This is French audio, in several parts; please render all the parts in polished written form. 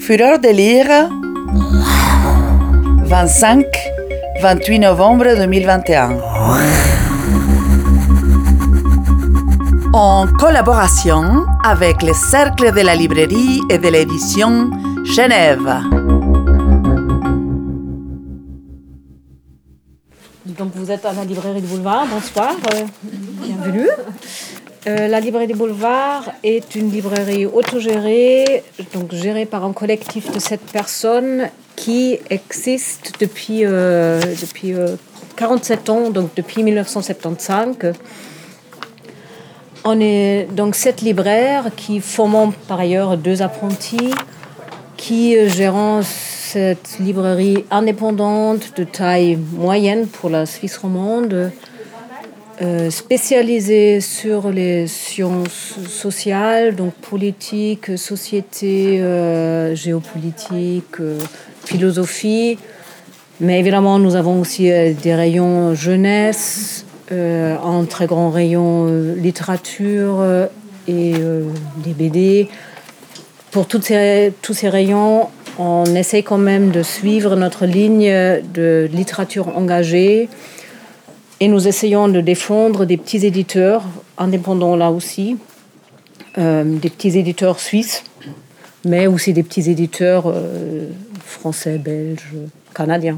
Fureur de lire, 25-28 novembre 2021. En collaboration avec le Cercle de la librairie et de l'édition Genève. Donc vous êtes à la librairie du Boulevard, bonsoir, bienvenue. La librairie du Boulevard est une librairie autogérée, donc gérée par un collectif de 7 personnes qui existe depuis 47 ans, donc depuis 1975. On est donc 7 libraires qui formons par ailleurs 2 apprentis qui gèrent cette librairie indépendante de taille moyenne pour la Suisse romande, spécialisée sur les sciences sociales, donc politique, société, géopolitique, philosophie. Mais évidemment, nous avons aussi des rayons jeunesse, un très grand rayon littérature et des BD. Pour tous ces rayons, on essaie quand même de suivre notre ligne de littérature engagée et nous essayons de défendre des petits éditeurs indépendants là aussi, des petits éditeurs suisses, mais aussi des petits éditeurs français, belges, canadiens.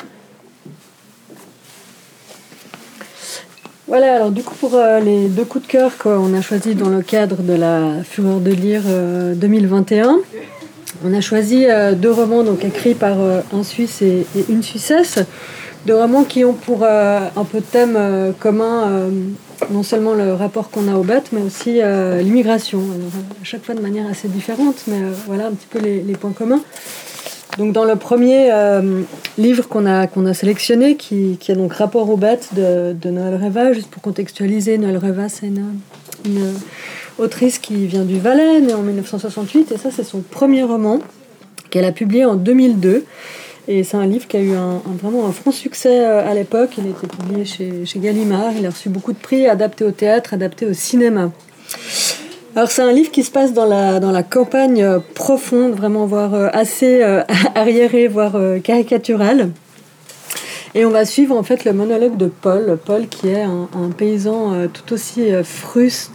Voilà, alors du coup pour les 2 coups de cœur qu'on a choisis dans le cadre de la Fureur de lire 2021, on a choisi 2 romans donc, écrits par un Suisse et une Suissesse, 2 romans qui ont pour un peu de thème commun non seulement le rapport qu'on a aux bêtes, mais aussi l'immigration. Alors, à chaque fois de manière assez différente, mais voilà un petit peu les points communs. Donc dans le premier livre qu'on a sélectionné, qui a donc rapport aux bêtes de Noël Reva, juste pour contextualiser, Noël Reva c'est une autrice qui vient du Valais, née en 1968, et ça c'est son premier roman qu'elle a publié en 2002. Et c'est un livre qui a eu vraiment un franc succès à l'époque. Il a été publié chez Gallimard, il a reçu beaucoup de prix, adapté au théâtre, adapté au cinéma. Alors c'est un livre qui se passe dans la campagne profonde, vraiment voire assez arriérée, voire caricaturale. Et on va suivre en fait le monologue de Paul qui est un paysan tout aussi fruste.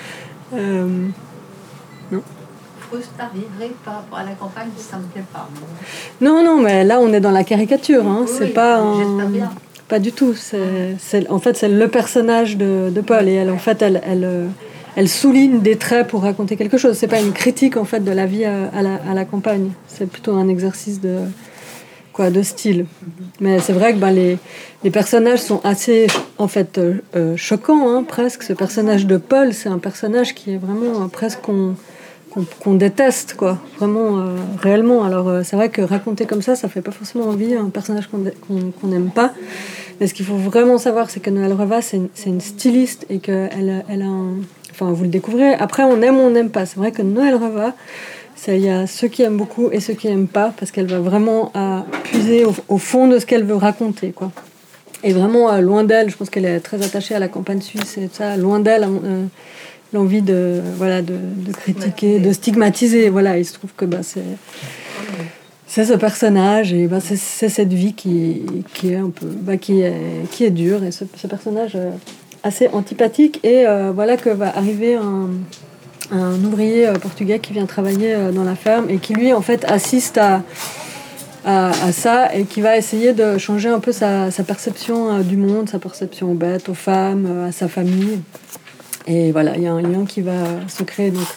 Non. Fruste arriéré par rapport à la campagne, ça me plaît pas. Non, mais là on est dans la caricature, hein. Oui, c'est pas j'espère bien. Pas du tout. En fait c'est le personnage de Paul et elle souligne des traits pour raconter quelque chose. C'est pas une critique en fait de la vie à la campagne. C'est plutôt un exercice de style. Mais c'est vrai que les personnages sont assez en fait choquants, hein, presque. Ce personnage de Paul, c'est un personnage qui est vraiment presque qu'on déteste, quoi. Vraiment réellement. Alors c'est vrai que raconter comme ça fait pas forcément envie, un personnage qu'on n'aime pas. Mais ce qu'il faut vraiment savoir, c'est que Noël Reva, c'est une styliste et qu'elle a un... Enfin, vous le découvrez. Après, on aime ou on n'aime pas. C'est vrai que Noël Reva, il y a ceux qui aiment beaucoup et ceux qui n'aiment pas, parce qu'elle va vraiment puiser au fond de ce qu'elle veut raconter, quoi. Et vraiment, loin d'elle, je pense qu'elle est très attachée à la campagne suisse et ça, loin d'elle, l'envie de critiquer, de stigmatiser. Voilà, il se trouve que c'est ce personnage et c'est cette vie qui est un peu... qui est dure. Et ce personnage... assez antipathique et voilà que va arriver un ouvrier portugais qui vient travailler dans la ferme et qui lui en fait assiste à ça et qui va essayer de changer un peu sa perception du monde, sa perception aux bêtes, aux femmes, à sa famille. Et voilà, il y a un lien qui va se créer. Donc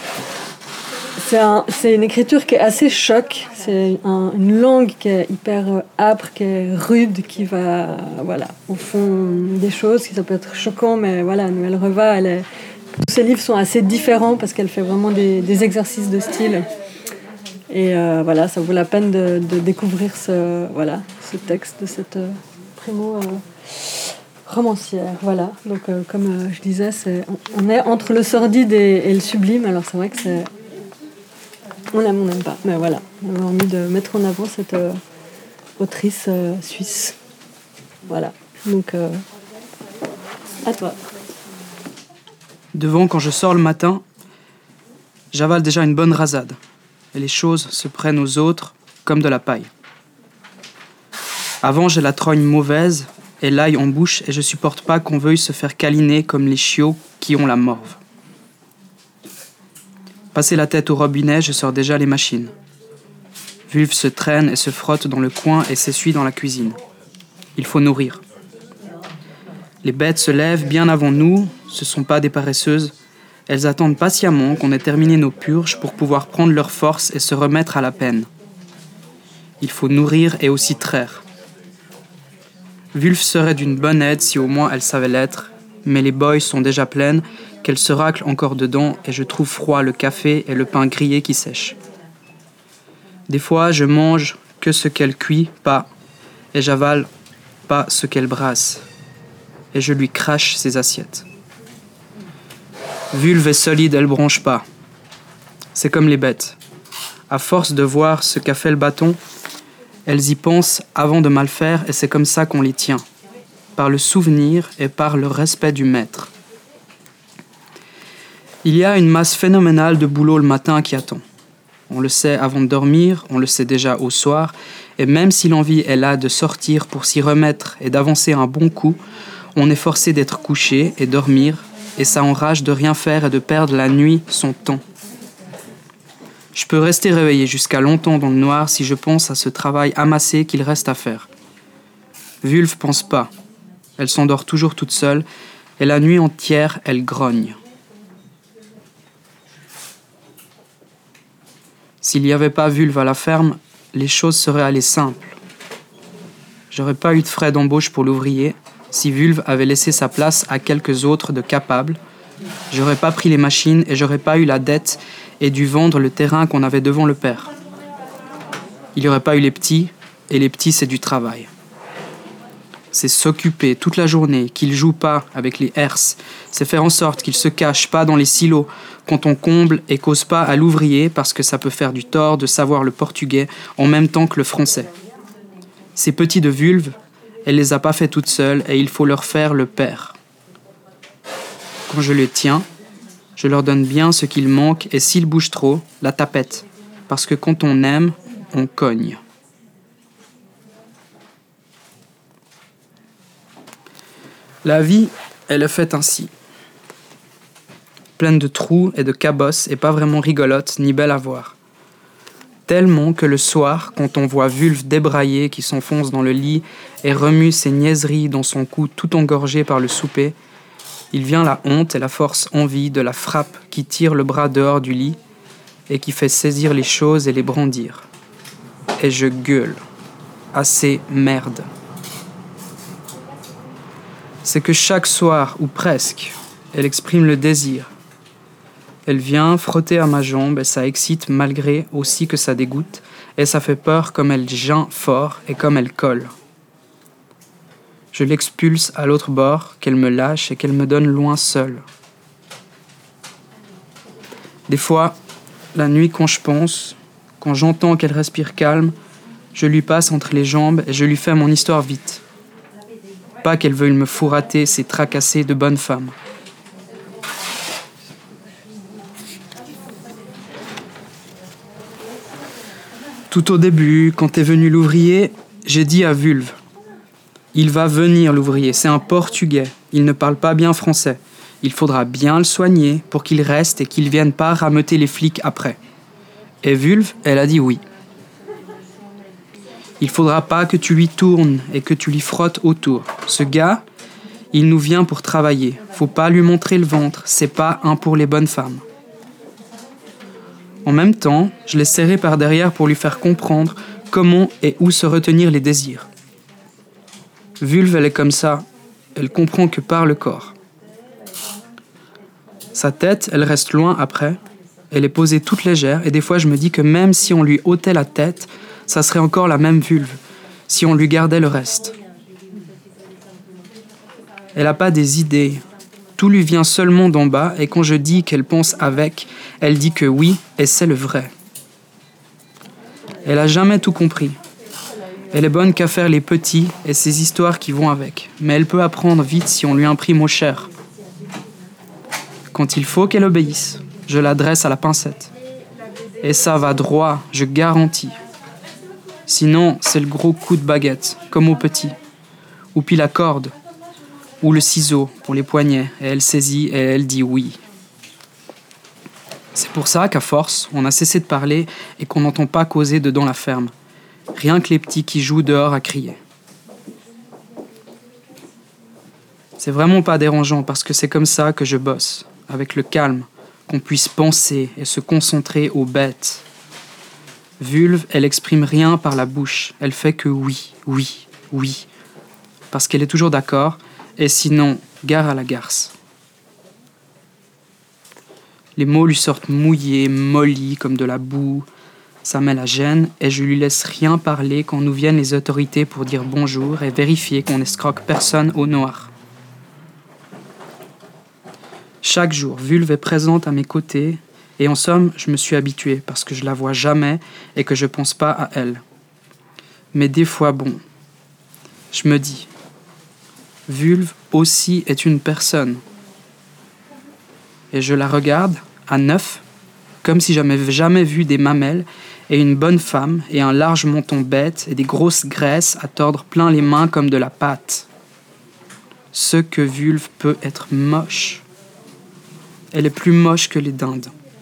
c'est une écriture qui est assez choc, c'est une langue qui est hyper âpre, qui est rude, qui va au fond des choses, ça peut être choquant, mais voilà, Noël Reva, tous ses livres sont assez différents parce qu'elle fait vraiment des exercices de style. Et ça vaut la peine de découvrir ce texte de cette primo-romancière. Voilà, donc comme je disais, on est entre le sordide et le sublime, alors c'est vrai que c'est... On n'aime pas, mais voilà, on a envie de mettre en avant cette autrice suisse. Voilà, donc à toi. Devant, quand je sors le matin, j'avale déjà une bonne rasade. et les choses se prennent aux autres comme de la paille. Avant, j'ai la trogne mauvaise et l'ail en bouche et je supporte pas qu'on veuille se faire câliner comme les chiots qui ont la morve. Passer la tête au robinet, je sors déjà les machines. Vulve se traîne et se frotte dans le coin et s'essuie dans la cuisine. Il faut nourrir. Les bêtes se lèvent bien avant nous, ce sont pas des paresseuses. Elles attendent patiemment qu'on ait terminé nos purges pour pouvoir prendre leur force et se remettre à la peine. Il faut nourrir et aussi traire. Vulve serait d'une bonne aide si au moins elle savait l'être, mais les boys sont déjà pleines, qu'elle se racle encore dedans et je trouve froid le café et le pain grillé qui sèche. Des fois, je mange que ce qu'elle cuit pas et j'avale pas ce qu'elle brasse et je lui crache ses assiettes. Vulve est solide, elle bronche pas. C'est comme les bêtes. À force de voir ce qu'a fait le bâton, elles y pensent avant de mal faire et c'est comme ça qu'on les tient, par le souvenir et par le respect du maître. Il y a une masse phénoménale de boulot le matin qui attend. On le sait avant de dormir, on le sait déjà au soir, et même si l'envie est là de sortir pour s'y remettre et d'avancer un bon coup, on est forcé d'être couché et dormir, et ça enrage de rien faire et de perdre la nuit son temps. Je peux rester réveillé jusqu'à longtemps dans le noir si je pense à ce travail amassé qu'il reste à faire. Vulve pense pas. Elle s'endort toujours toute seule, et la nuit entière, elle grogne. S'il n'y avait pas Vulve à la ferme, les choses seraient allées simples. J'aurais pas eu de frais d'embauche pour l'ouvrier si Vulve avait laissé sa place à quelques autres de capables. J'aurais pas pris les machines et j'aurais pas eu la dette et dû vendre le terrain qu'on avait devant le père. Il n'y aurait pas eu les petits, et les petits, c'est du travail. C'est s'occuper toute la journée, qu'ils jouent pas avec les herses, c'est faire en sorte qu'ils se cachent pas dans les silos quand on comble et cause pas à l'ouvrier parce que ça peut faire du tort de savoir le portugais en même temps que le français. Ces petits de Vulve, elle les a pas fait toutes seules et il faut leur faire le père. Quand je les tiens, je leur donne bien ce qu'il manque et s'ils bougent trop, la tapette. Parce que quand on aime, on cogne. La vie, elle est faite ainsi. Pleine de trous et de cabosses et pas vraiment rigolote ni belle à voir. Tellement que le soir, quand on voit Vulve débraillée qui s'enfonce dans le lit et remue ses niaiseries dans son cou tout engorgé par le souper, il vient la honte et la force envie de la frappe qui tire le bras dehors du lit et qui fait saisir les choses et les brandir. Et je gueule. Assez merde. C'est que chaque soir, ou presque, elle exprime le désir. Elle vient frotter à ma jambe et ça excite malgré aussi que ça dégoûte et ça fait peur comme elle geint fort et comme elle colle. Je l'expulse à l'autre bord, qu'elle me lâche et qu'elle me donne loin seule. Des fois, la nuit quand je pense, quand j'entends qu'elle respire calme, je lui passe entre les jambes et je lui fais mon histoire vite. Pas qu'elle veuille me fourrater ces tracassés de bonne femme. Tout au début, quand est venu l'ouvrier, j'ai dit à Vulve: il va venir l'ouvrier, c'est un Portugais, il ne parle pas bien français. Il faudra bien le soigner pour qu'il reste et qu'il vienne pas rameuter les flics après. Et Vulve, elle a dit oui. Il faudra pas que tu lui tournes et que tu lui frottes autour. Ce gars, il nous vient pour travailler. Faut pas lui montrer le ventre, c'est pas un pour les bonnes femmes. En même temps, je l'ai serré par derrière pour lui faire comprendre comment et où se retenir les désirs. Vulve, elle est comme ça, elle comprend que par le corps. Sa tête, elle reste loin après, elle est posée toute légère et des fois je me dis que même si on lui ôtait la tête, ça serait encore la même vulve, si on lui gardait le reste. Elle n'a pas des idées, tout lui vient seulement d'en bas et quand je dis qu'elle pense avec, elle dit que oui et c'est le vrai. Elle a jamais tout compris. Elle est bonne qu'à faire les petits et ces histoires qui vont avec, mais elle peut apprendre vite si on lui imprime au cher. Quand il faut qu'elle obéisse, je l'adresse à la pincette. Et ça va droit, je garantis. Sinon, c'est le gros coup de baguette, comme au petit. Ou puis la corde, ou le ciseau pour les poignets, et elle saisit et elle dit oui. C'est pour ça qu'à force, on a cessé de parler et qu'on n'entend pas causer dedans la ferme. Rien que les petits qui jouent dehors à crier. C'est vraiment pas dérangeant parce que c'est comme ça que je bosse, avec le calme, qu'on puisse penser et se concentrer aux bêtes. Vulve, elle exprime rien par la bouche, elle fait que oui, oui, oui, parce qu'elle est toujours d'accord, et sinon, gare à la garce. Les mots lui sortent mouillés, mollis, comme de la boue. Ça met la gêne, et je lui laisse rien parler quand nous viennent les autorités pour dire bonjour et vérifier qu'on n'escroque personne au noir. Chaque jour, Vulve est présente à mes côtés, et en somme, je me suis habitué parce que je la vois jamais et que je pense pas à elle. Mais des fois, bon, je me dis, Vulve aussi est une personne. Et je la regarde, à neuf, comme si j'avais jamais vu des mamelles et une bonne femme et un large menton bête et des grosses graisses à tordre plein les mains comme de la pâte. Ce que Vulve peut être moche. Elle est plus moche que les dindes.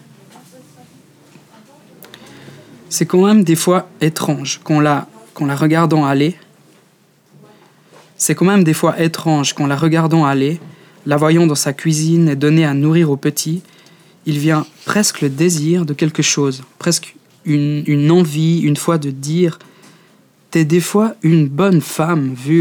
C'est quand même des fois étrange qu'en la regardant aller. C'est quand même des fois étrange qu'en la regardant aller, la voyant dans sa cuisine et donner à nourrir aux petits, il vient presque le désir de quelque chose, presque une envie, une fois de dire « T'es des fois une bonne femme, Vulve ».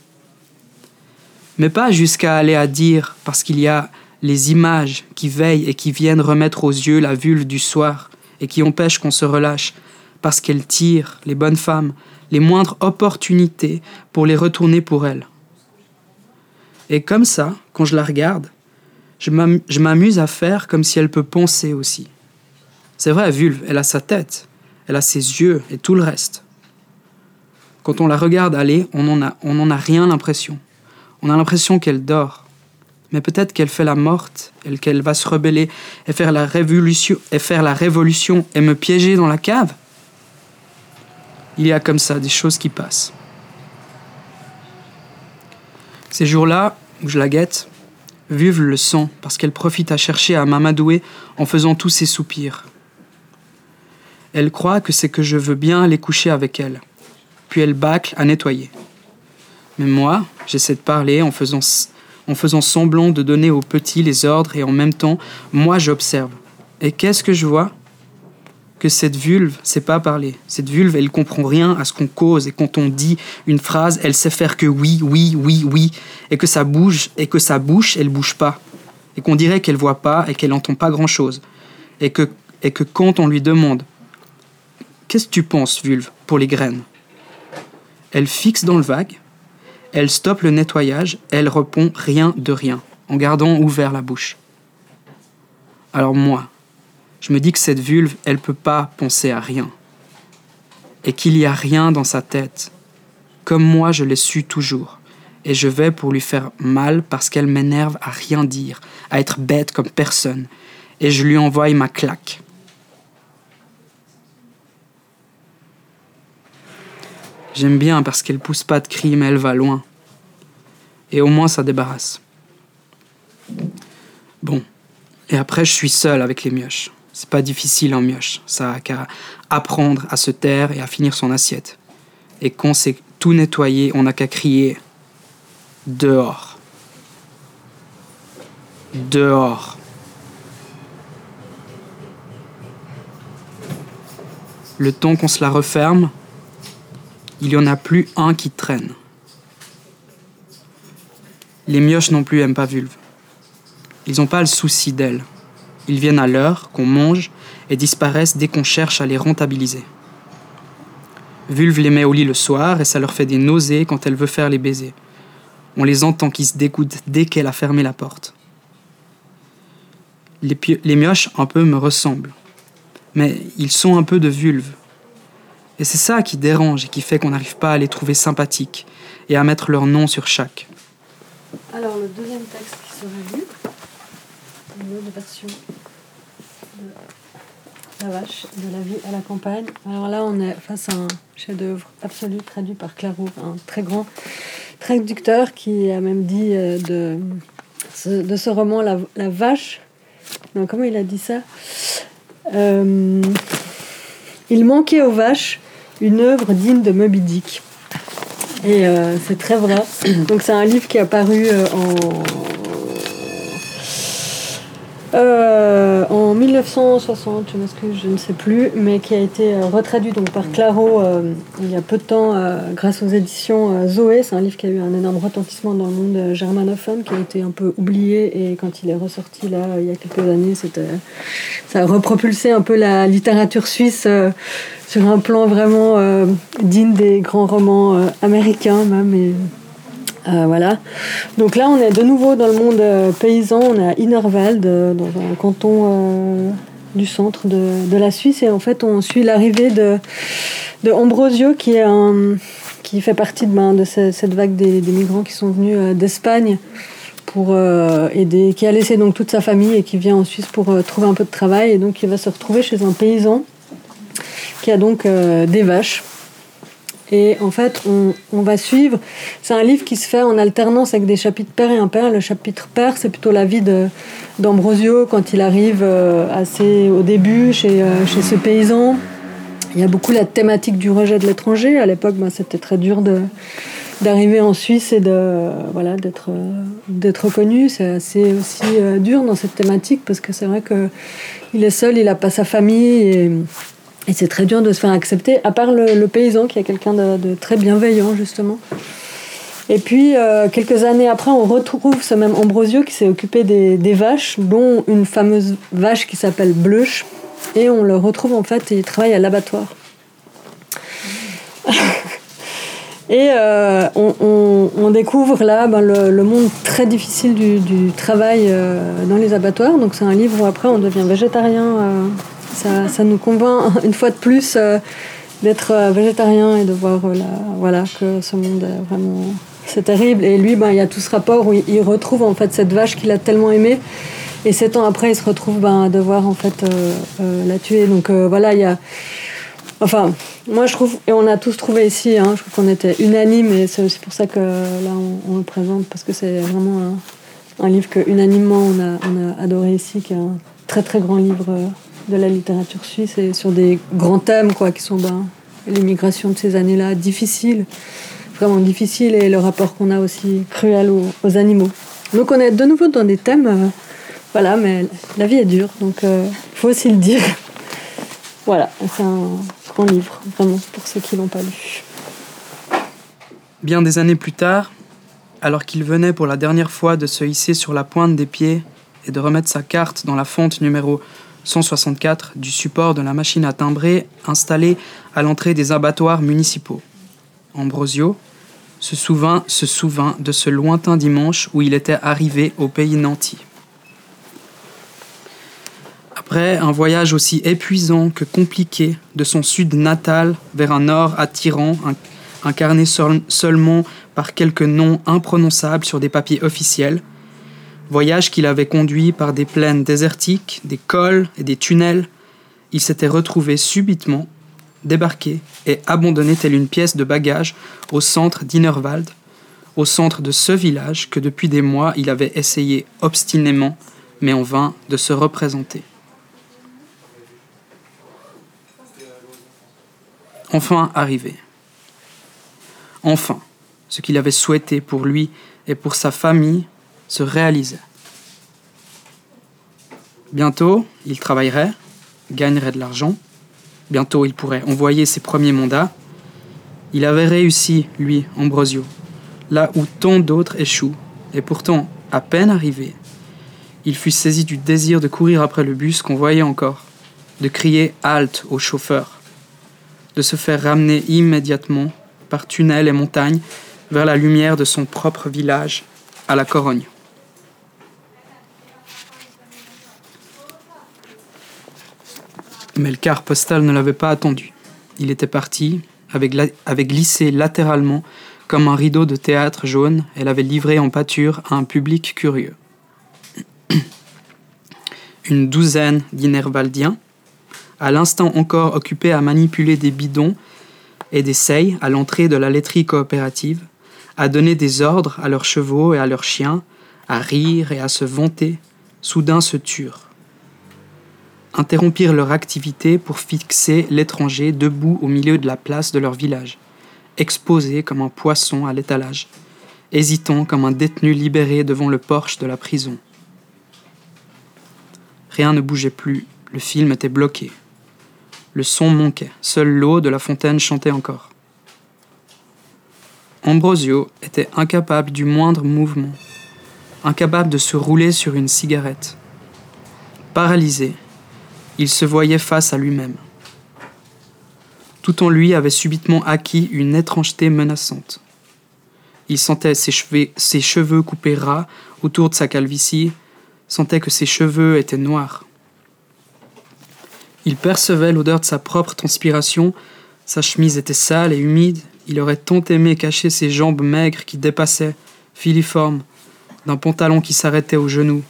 Mais pas jusqu'à aller à dire, parce qu'il y a les images qui veillent et qui viennent remettre aux yeux la vulve du soir et qui empêchent qu'on se relâche, parce qu'elles tirent, les bonnes femmes, les moindres opportunités pour les retourner pour elles. Et comme ça, quand je la regarde, je m'amuse à faire comme si elle peut penser aussi. C'est vrai, Vulve, elle a sa tête, elle a ses yeux et tout le reste. Quand on la regarde aller, on n'en a rien l'impression. On a l'impression qu'elle dort. Mais peut-être qu'elle fait la morte, et qu'elle va se rebeller et faire la révolution et me piéger dans la cave. Il y a comme ça des choses qui passent. Ces jours-là, où je la guette, Vulve le sent parce qu'elle profite à chercher à m'amadouer en faisant tous ses soupirs. Elle croit que c'est que je veux bien aller coucher avec elle. Puis elle bâcle à nettoyer. Mais moi, j'essaie de parler en faisant semblant de donner aux petits les ordres et en même temps, moi j'observe. Et qu'est-ce que je vois ? Que cette vulve sait pas parler. Cette vulve, elle comprend rien à ce qu'on cause et quand on dit une phrase, elle sait faire que oui, oui, oui, oui et que ça bouge et que sa bouche, elle bouge pas. Et qu'on dirait qu'elle voit pas et qu'elle entend pas grand-chose. Et que quand on lui demande « Qu'est-ce que tu penses, vulve, pour les graines ?» Elle fixe dans le vague. Elle stoppe le nettoyage, elle répond rien de rien, en gardant ouvert la bouche. Alors moi, je me dis que cette vulve, elle peut pas penser à rien. Et qu'il y a rien dans sa tête. Comme moi, je l'ai su toujours. Et je vais pour lui faire mal parce qu'elle m'énerve à rien dire, à être bête comme personne. Et je lui envoie ma claque. J'aime bien parce qu'elle pousse pas de cris, mais elle va loin. Et au moins, ça débarrasse. Bon. Et après, je suis seul avec les mioches. C'est pas difficile en mioche. Ça a qu'à apprendre à se taire et à finir son assiette. Et quand c'est tout nettoyé, on n'a qu'à crier « Dehors !» Dehors. Le temps qu'on se la referme, il n'y en a plus un qui traîne. Les mioches non plus aiment pas Vulve. Ils n'ont pas le souci d'elle. Ils viennent à l'heure, qu'on mange, et disparaissent dès qu'on cherche à les rentabiliser. Vulve les met au lit le soir et ça leur fait des nausées quand elle veut faire les baisers. On les entend qui se dégoûtent dès qu'elle a fermé la porte. Les mioches un peu me ressemblent. Mais ils sont un peu de Vulve. Et c'est ça qui dérange et qui fait qu'on n'arrive pas à les trouver sympathiques et à mettre leur nom sur chaque. Alors, le deuxième texte qui sera lu, une autre version La vache de la vie à la campagne. Alors là, on est face à un chef-d'œuvre absolu traduit par Clairaut, un très grand traducteur qui a même dit de ce roman la vache. Non, comment il a dit ça il manquait aux vaches une œuvre digne de Moby Dick. Et c'est très vrai. Donc c'est un livre qui est apparu en 1960, je m'excuse, je ne sais plus, mais qui a été retraduit donc par Clairaut il y a peu de temps grâce aux éditions Zoé. C'est un livre qui a eu un énorme retentissement dans le monde germanophone, qui a été un peu oublié, et quand il est ressorti là il y a quelques années, ça a repropulsé un peu la littérature suisse sur un plan vraiment digne des grands romans américains même. Et voilà. Donc là, on est de nouveau dans le monde paysan. On est à Innerwald, dans un canton du centre de la Suisse. Et en fait, on suit l'arrivée de Ambrosio, qui fait partie de cette vague des migrants qui sont venus d'Espagne pour aider, qui a laissé donc toute sa famille et qui vient en Suisse pour trouver un peu de travail. Et donc, il va se retrouver chez un paysan qui a donc des vaches. Et en fait, on va suivre... C'est un livre qui se fait en alternance avec des chapitres pairs et impairs. Le chapitre pair, c'est plutôt la vie d'Ambrosio quand il arrive assez au début chez ce paysan. Il y a beaucoup la thématique du rejet de l'étranger. À l'époque, c'était très dur d'arriver en Suisse et d'être reconnu. C'est assez aussi dur dans cette thématique parce que c'est vrai qu'il est seul, il n'a pas sa famille et c'est très dur de se faire accepter, à part le paysan qui est quelqu'un de très bienveillant, justement. Et puis, quelques années après, on retrouve ce même Ambrosio qui s'est occupé des vaches, dont une fameuse vache qui s'appelle Bleuch. Et on le retrouve, en fait, il travaille à l'abattoir. Et on découvre là le monde très difficile du travail dans les abattoirs. Donc, c'est un livre où, après, on devient végétarien. Ça nous convainc une fois de plus d'être végétarien et de voir que ce monde est vraiment... C'est terrible. Et lui, il y a tout ce rapport où il retrouve en fait cette vache qu'il a tellement aimée. Et 7 ans après, il se retrouve à devoir en fait la tuer. Donc il y a... Enfin, moi je trouve, et on a tous trouvé ici, je trouve qu'on était unanimes, et c'est aussi pour ça que là on le présente, parce que c'est vraiment un livre que unanimement on a adoré ici, qui est un très très grand livre de la littérature suisse, et sur des grands thèmes qui sont l'immigration de ces années-là, difficiles, vraiment difficiles, et le rapport qu'on a aussi cruel aux animaux. Donc on est de nouveau dans des thèmes, mais la vie est dure, donc il faut aussi le dire. Voilà, c'est un grand livre, vraiment, pour ceux qui ne l'ont pas lu. Bien des années plus tard, alors qu'il venait pour la dernière fois de se hisser sur la pointe des pieds et de remettre sa carte dans la fonte numéro 164 du support de la machine à timbrer installée à l'entrée des abattoirs municipaux, Ambrosio se souvint de ce lointain dimanche où il était arrivé au pays nanti. Après un voyage aussi épuisant que compliqué de son sud natal vers un nord attirant, incarné seulement par quelques noms imprononçables sur des papiers officiels, voyage qu'il avait conduit par des plaines désertiques, des cols et des tunnels, il s'était retrouvé subitement débarqué et abandonné telle une pièce de bagage au centre d'Innerwald, au centre de ce village que depuis des mois il avait essayé obstinément, mais en vain, de se représenter. Enfin arrivé. Enfin, ce qu'il avait souhaité pour lui et pour sa famille se réalisait. Bientôt, il travaillerait, gagnerait de l'argent. Bientôt, il pourrait envoyer ses premiers mandats. Il avait réussi, lui, Ambrosio, là où tant d'autres échouent. Et pourtant, à peine arrivé, il fut saisi du désir de courir après le bus qu'on voyait encore, de crier « halte » au chauffeur, de se faire ramener immédiatement, par tunnels et montagnes, vers la lumière de son propre village, à la Corogne. Mais le car postal ne l'avait pas attendu. Il était parti, avait glissé latéralement comme un rideau de théâtre jaune, et l'avait livré en pâture à un public curieux. Une douzaine d'Innerwaldiens, à l'instant encore occupés à manipuler des bidons et des seilles à l'entrée de la laiterie coopérative, à donner des ordres à leurs chevaux et à leurs chiens, à rire et à se vanter, soudain se turent. Interrompirent leur activité pour fixer l'étranger debout au milieu de la place de leur village, exposé comme un poisson à l'étalage, hésitant comme un détenu libéré devant le porche de la prison. Rien ne bougeait plus, le film était bloqué. Le son manquait, seule l'eau de la fontaine chantait encore. Ambrosio était incapable du moindre mouvement, incapable de se rouler sur une cigarette. Paralysé, il se voyait face à lui-même. Tout en lui avait subitement acquis une étrangeté menaçante. Il sentait ses cheveux coupés ras autour de sa calvitie, sentait que ses cheveux étaient noirs. Il percevait l'odeur de sa propre transpiration, sa chemise était sale et humide, il aurait tant aimé cacher ses jambes maigres qui dépassaient, filiformes, d'un pantalon qui s'arrêtait aux genoux.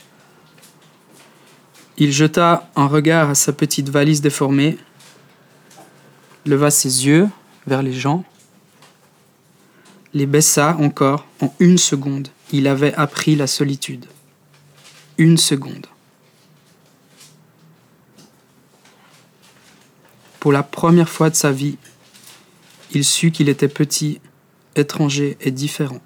Il jeta un regard à sa petite valise déformée, leva ses yeux vers les gens, les baissa encore en 1 seconde. Il avait appris la solitude. 1 seconde. Pour la première fois de sa vie, il sut qu'il était petit, étranger et différent.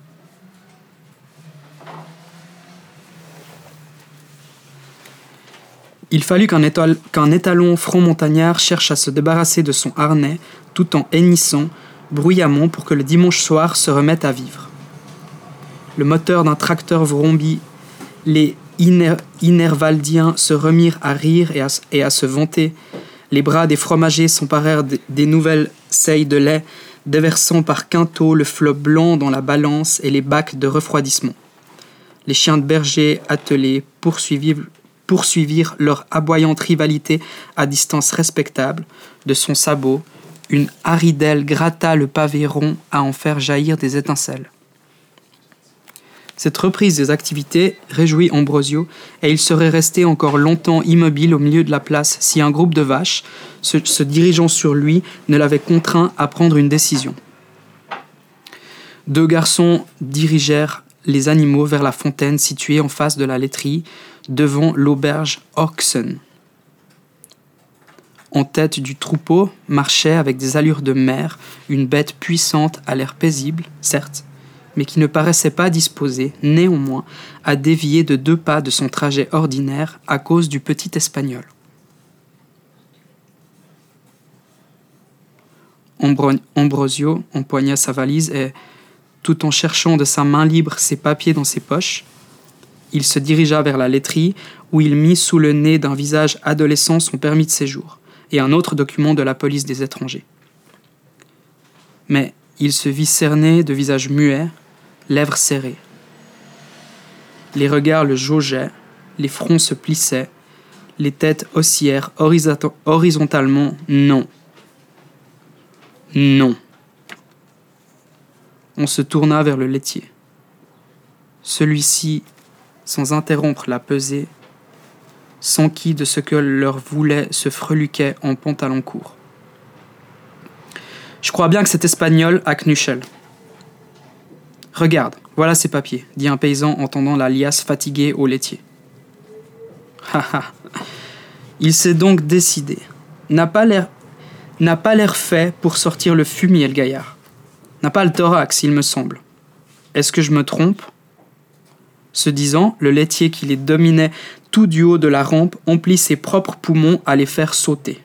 Il fallut qu'un étalon franc-montagnard cherche à se débarrasser de son harnais tout en hennissant bruyamment pour que le dimanche soir se remette à vivre. Le moteur d'un tracteur vrombit, les Inervaldiens se remirent à rire et à se vanter, les bras des fromagers s'emparèrent des nouvelles seilles de lait, déversant par quintaux le flot blanc dans la balance et les bacs de refroidissement. Les chiens de berger attelés poursuivirent leur aboyante rivalité à distance respectable. De son sabot, une haridelle gratta le pavé rond à en faire jaillir des étincelles. Cette reprise des activités réjouit Ambrosio, et il serait resté encore longtemps immobile au milieu de la place si un groupe de vaches, se dirigeant sur lui, ne l'avait contraint à prendre une décision. 2 garçons dirigèrent les animaux vers la fontaine située en face de la laiterie, devant l'auberge Oxen. En tête du troupeau marchait avec des allures de mère une bête puissante à l'air paisible, certes, mais qui ne paraissait pas disposée, néanmoins, à dévier de 2 pas de son trajet ordinaire à cause du petit espagnol. Ambrosio empoigna sa valise et, tout en cherchant de sa main libre ses papiers dans ses poches, il se dirigea vers la laiterie où il mit sous le nez d'un visage adolescent son permis de séjour et un autre document de la police des étrangers. Mais il se vit cerné de visage muet, lèvres serrées. Les regards le jaugeaient, les fronts se plissaient, les têtes oscillèrent horizontalement. Non. Non. On se tourna vers le laitier. Celui-ci, sans interrompre la pesée, s'enquit de ce que leur voulait se freluquait en pantalon court. « Je crois bien que cet espagnol a Knuschel. »« Regarde, voilà ses papiers, » dit un paysan en tendant la liasse fatiguée au laitier. « Ha ha. Il s'est donc décidé. N'a pas l'air fait pour sortir le fumier, le gaillard. N'a pas le thorax, il me semble. Est-ce que je me trompe ?» Ce disant, le laitier qui les dominait tout du haut de la rampe emplit ses propres poumons à les faire sauter.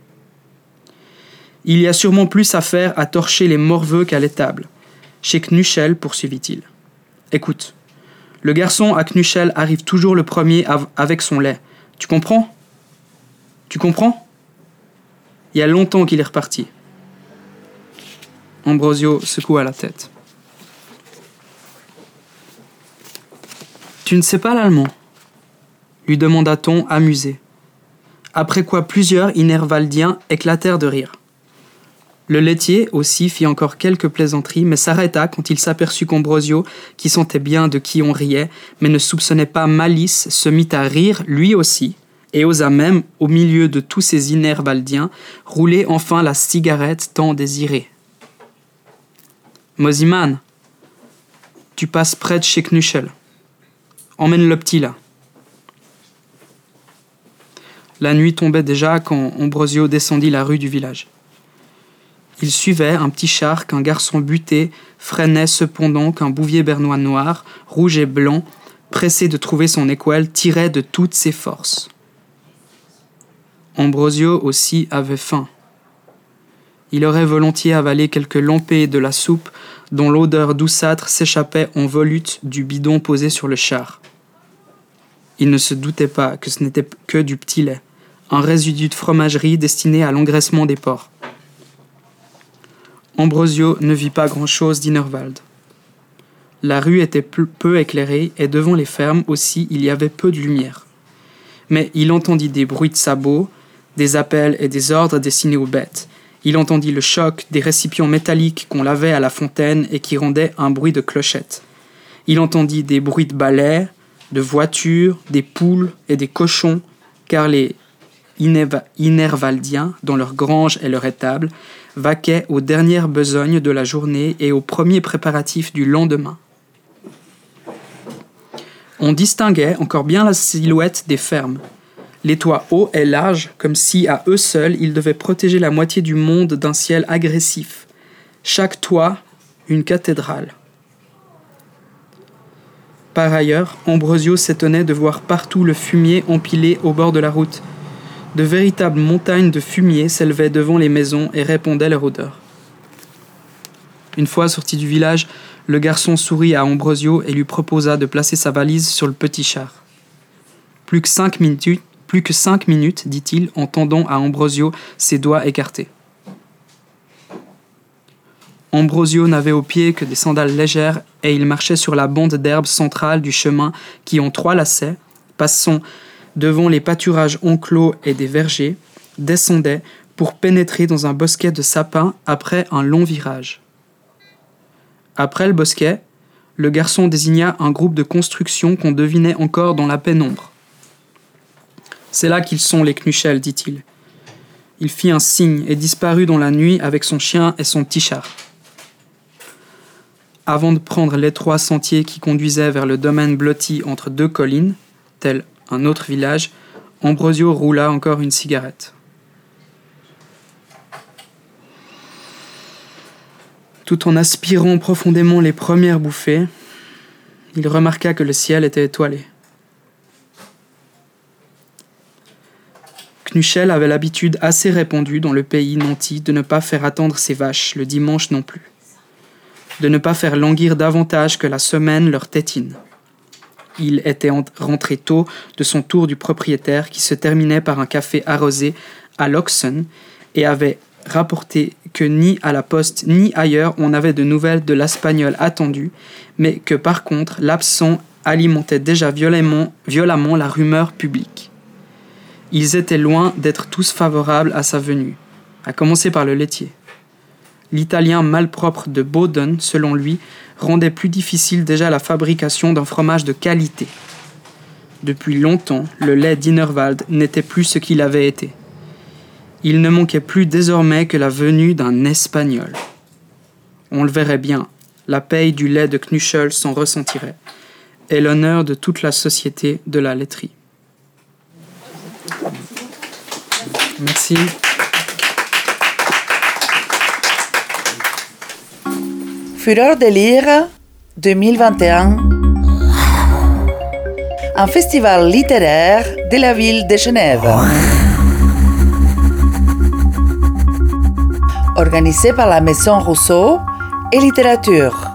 « Il y a sûrement plus à faire à torcher les morveux qu'à l'étable. Chez Knuschel, poursuivit-il. Écoute, le garçon à Knuschel arrive toujours le premier avec son lait. Tu comprends ? Tu comprends ? Il y a longtemps qu'il est reparti. » Ambrosio secoua la tête. « Tu ne sais pas l'allemand ?» lui demanda-t-on amusé. Après quoi plusieurs Inervaldiens éclatèrent de rire. Le laitier aussi fit encore quelques plaisanteries, mais s'arrêta quand il s'aperçut qu'Ambrosio, qui sentait bien de qui on riait, mais ne soupçonnait pas malice, se mit à rire lui aussi, et osa même, au milieu de tous ces Inervaldiens, rouler enfin la cigarette tant désirée. « Mosiman, tu passes près de chez Knuschel. Emmène le petit là. » La nuit tombait déjà quand Ambrosio descendit la rue du village. Il suivait un petit char qu'un garçon buté freinait cependant qu'un bouvier bernois noir, rouge et blanc, pressé de trouver son équelle, tirait de toutes ses forces. Ambrosio aussi avait faim. Il aurait volontiers avalé quelques lampées de la soupe dont l'odeur douceâtre s'échappait en volute du bidon posé sur le char. Il ne se doutait pas que ce n'était que du petit lait, un résidu de fromagerie destiné à l'engraissement des porcs. Ambrosio ne vit pas grand-chose d'Inerwald. La rue était peu éclairée et devant les fermes aussi il y avait peu de lumière. Mais il entendit des bruits de sabots, des appels et des ordres destinés aux bêtes. Il entendit le choc des récipients métalliques qu'on lavait à la fontaine et qui rendaient un bruit de clochette. Il entendit des bruits de balais, de voitures, des poules et des cochons, car les Inervaldiens, dans leurs granges et leurs étables, vaquaient aux dernières besognes de la journée et aux premiers préparatifs du lendemain. On distinguait encore bien la silhouette des fermes. Les toits hauts et larges, comme si à eux seuls ils devaient protéger la moitié du monde d'un ciel agressif. Chaque toit, une cathédrale. Par ailleurs, Ambrosio s'étonnait de voir partout le fumier empilé au bord de la route. De véritables montagnes de fumier s'élevaient devant les maisons et répandaient leur odeur. Une fois sorti du village, le garçon sourit à Ambrosio et lui proposa de placer sa valise sur le petit char. Plus que 5 minutes, dit-il en tendant à Ambrosio ses doigts écartés. Ambrosio n'avait aux pieds que des sandales légères et il marchait sur la bande d'herbe centrale du chemin qui, en 3 lacets, passant devant les pâturages enclos et des vergers, descendait pour pénétrer dans un bosquet de sapins après un long virage. Après le bosquet, le garçon désigna un groupe de constructions qu'on devinait encore dans la pénombre. « C'est là qu'ils sont, les Knuschel, dit-il. » Il fit un signe et disparut dans la nuit avec son chien et son petit char. Avant de prendre l'étroit sentier qui conduisait vers le domaine blotti entre 2 collines, tel un autre village, Ambrosio roula encore une cigarette. Tout en aspirant profondément les premières bouffées, il remarqua que le ciel était étoilé. Knuschel avait l'habitude assez répandue dans le pays nanti de ne pas faire attendre ses vaches le dimanche non plus, de ne pas faire languir davantage que la semaine leur tétine. Il était rentré tôt de son tour du propriétaire qui se terminait par un café arrosé à l'Oxen et avait rapporté que ni à la poste ni ailleurs on n'avait de nouvelles de l'Espagnol attendu, mais que par contre l'absent alimentait déjà violemment la rumeur publique. Ils étaient loin d'être tous favorables à sa venue, à commencer par le laitier. L'italien malpropre de Bowden, selon lui, rendait plus difficile déjà la fabrication d'un fromage de qualité. Depuis longtemps, le lait d'Inerwald n'était plus ce qu'il avait été. Il ne manquait plus désormais que la venue d'un Espagnol. On le verrait bien, la paye du lait de Knuschel s'en ressentirait, et l'honneur de toute la société de la laiterie. Merci. Fureur de lire 2021. Un festival littéraire de la ville de Genève. Organisé par la Maison Rousseau et Littérature.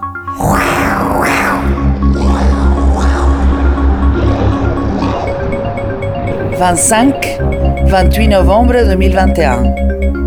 « 25-28 novembre 2021.